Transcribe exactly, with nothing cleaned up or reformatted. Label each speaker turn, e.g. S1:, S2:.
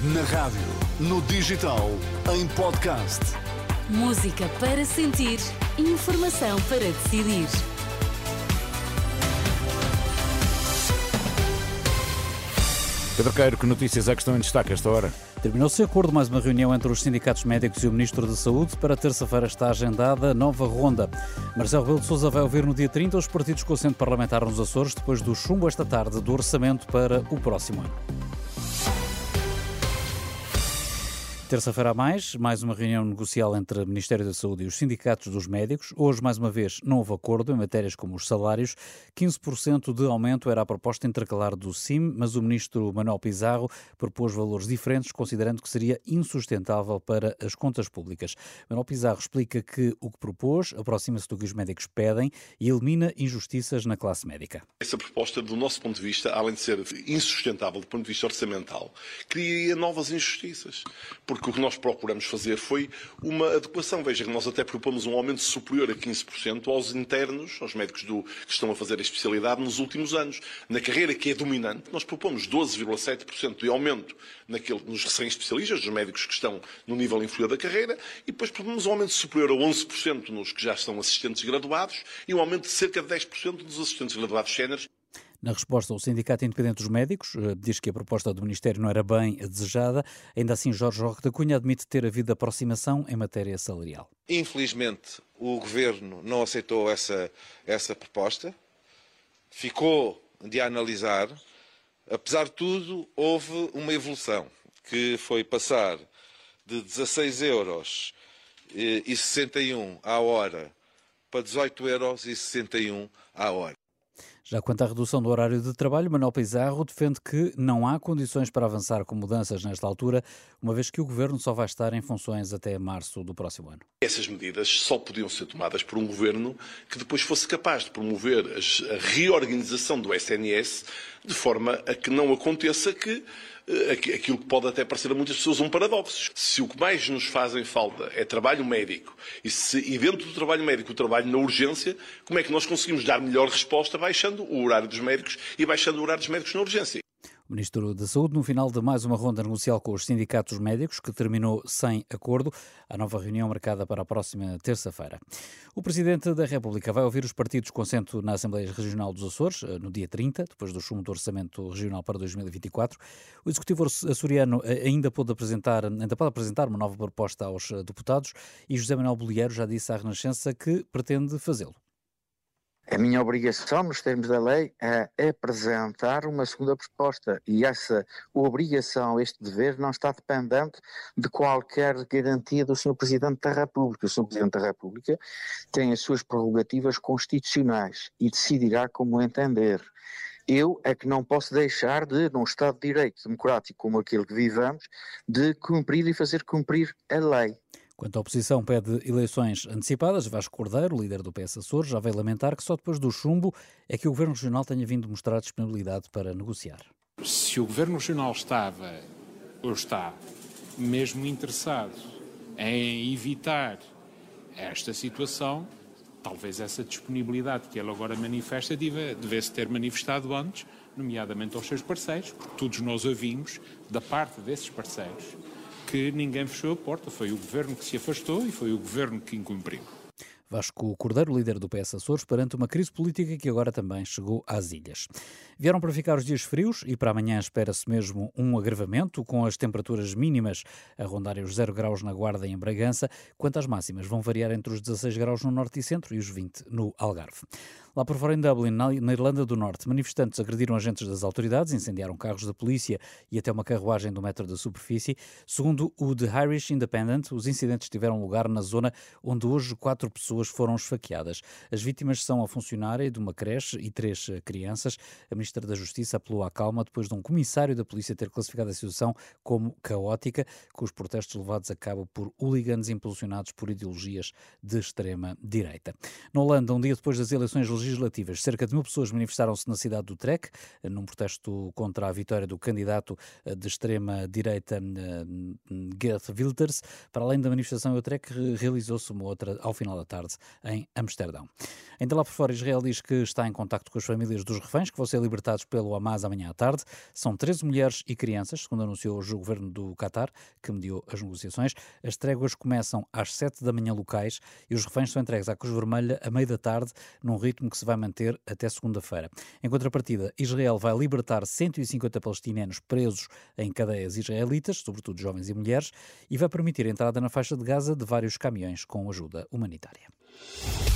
S1: Na rádio, no digital, em podcast.
S2: Música para sentir, informação para decidir.
S3: Pedro Queiro, que notícias é que estão em destaque a esta hora?
S4: Terminou-se acordo mais uma reunião entre os sindicatos médicos e o Ministro da Saúde. Para terça-feira está agendada nova ronda. Marcelo Rebelo de Sousa vai ouvir no dia trinta os partidos com assento parlamentar nos Açores, depois do chumbo esta tarde do orçamento para o próximo ano. Terça-feira a mais, mais uma reunião negocial entre o Ministério da Saúde e os sindicatos dos médicos. Hoje, mais uma vez, não houve acordo em matérias como os salários. quinze por cento de aumento era a proposta intercalar do C I M, mas o Ministro Manuel Pizarro propôs valores diferentes, considerando que seria insustentável para as contas públicas. Manuel Pizarro explica que o que propôs aproxima-se do que os médicos pedem e elimina injustiças na classe médica.
S5: Essa proposta, do nosso ponto de vista, além de ser insustentável do ponto de vista orçamental, criaria novas injustiças. Porque o que nós procuramos fazer foi uma adequação. Veja que nós até propomos um aumento superior a quinze por cento aos internos, aos médicos do, que estão a fazer a especialidade nos últimos anos. Na carreira que é dominante, nós propomos doze vírgula sete por cento de aumento naquele, nos recém-especialistas, dos médicos que estão no nível inferior da carreira, e depois propomos um aumento superior a onze por cento nos que já estão assistentes graduados e um aumento de cerca de dez por cento dos assistentes graduados séniores.
S4: Na resposta, o Sindicato Independente dos Médicos diz que a proposta do Ministério não era bem a desejada. Ainda assim, Jorge Roque da Cunha admite ter havido aproximação em matéria salarial.
S6: Infelizmente, o Governo não aceitou essa, essa proposta. Ficou de analisar. Apesar de tudo, houve uma evolução, que foi passar de dezasseis euros e sessenta e um à hora para dezoito euros e sessenta e um à hora.
S4: Já quanto à redução do horário de trabalho, Manuel Pizarro defende que não há condições para avançar com mudanças nesta altura, uma vez que o Governo só vai estar em funções até março do próximo ano.
S5: Essas medidas só podiam ser tomadas por um Governo que depois fosse capaz de promover a reorganização do S N S de forma a que não aconteça que aquilo que pode até parecer a muitas pessoas um paradoxo. Se o que mais nos fazem falta é trabalho médico e, se, e dentro do trabalho médico o trabalho na urgência, como é que nós conseguimos dar melhor resposta baixando o horário dos médicos e baixando o horário dos médicos na urgência?
S4: O Ministro da Saúde, no final de mais uma ronda negocial com os sindicatos médicos, que terminou sem acordo, a nova reunião marcada para a próxima terça-feira. O Presidente da República vai ouvir os partidos com assento na Assembleia Regional dos Açores, no dia trinta, depois do chumbo do Orçamento Regional para dois mil e vinte e quatro. O Executivo açoriano ainda pode apresentar, ainda pode apresentar uma nova proposta aos deputados e José Manuel Bolieiro já disse à Renascença que pretende fazê-lo.
S7: A minha obrigação, nos termos da lei, é apresentar uma segunda proposta e essa obrigação, este dever, não está dependente de qualquer garantia do senhor Presidente da República. O senhor Presidente da República tem as suas prerrogativas constitucionais e decidirá como entender. Eu é que não posso deixar de, num Estado de Direito democrático como aquele que vivemos, de cumprir e fazer cumprir a lei.
S4: Quanto à oposição pede eleições antecipadas, Vasco Cordeiro, líder do P S Açores, já veio lamentar que só depois do chumbo é que o Governo Regional tenha vindo mostrar disponibilidade para negociar.
S8: Se o Governo Regional estava, ou está, mesmo interessado em evitar esta situação, talvez essa disponibilidade que ele agora manifesta devesse ter manifestado antes, nomeadamente aos seus parceiros, porque todos nós ouvimos, da parte desses parceiros, que ninguém fechou a porta. Foi o Governo que se afastou e foi o Governo que incumpriu.
S4: Vasco Cordeiro, líder do P S Açores, perante uma crise política que agora também chegou às ilhas. Vieram para ficar os dias frios e para amanhã espera-se mesmo um agravamento, com as temperaturas mínimas a rondarem os zero graus na Guarda e em Bragança, quanto às máximas vão variar entre os dezasseis graus no Norte e Centro e os vinte no Algarve. Lá por fora em Dublin, na Irlanda do Norte, manifestantes agrediram agentes das autoridades, incendiaram carros da polícia e até uma carruagem do metro da superfície. Segundo o The Irish Independent, os incidentes tiveram lugar na zona onde hoje quatro pessoas foram esfaqueadas. As vítimas são a funcionária de uma creche e três crianças. A Ministra da Justiça apelou à calma depois de um comissário da polícia ter classificado a situação como caótica, com os protestos levados a cabo por hooligans impulsionados por ideologias de extrema-direita. Na Holanda, um dia depois das eleições legislativas legislativas. Cerca de mil pessoas manifestaram-se na cidade do Utrecht, num protesto contra a vitória do candidato de extrema-direita Geert Wilders. Para além da manifestação em Utrecht, realizou-se uma outra ao final da tarde em Amsterdão. Ainda lá por fora, Israel diz que está em contacto com as famílias dos reféns que vão ser libertados pelo Hamas amanhã à tarde. São treze mulheres e crianças, segundo anunciou hoje o governo do Qatar, que mediou as negociações. As tréguas começam às sete da manhã locais e os reféns são entregues à Cruz Vermelha a meio da tarde, num ritmo que se vai manter até segunda-feira. Em contrapartida, Israel vai libertar cento e cinquenta palestinianos presos em cadeias israelitas, sobretudo jovens e mulheres, e vai permitir a entrada na faixa de Gaza de vários caminhões com ajuda humanitária.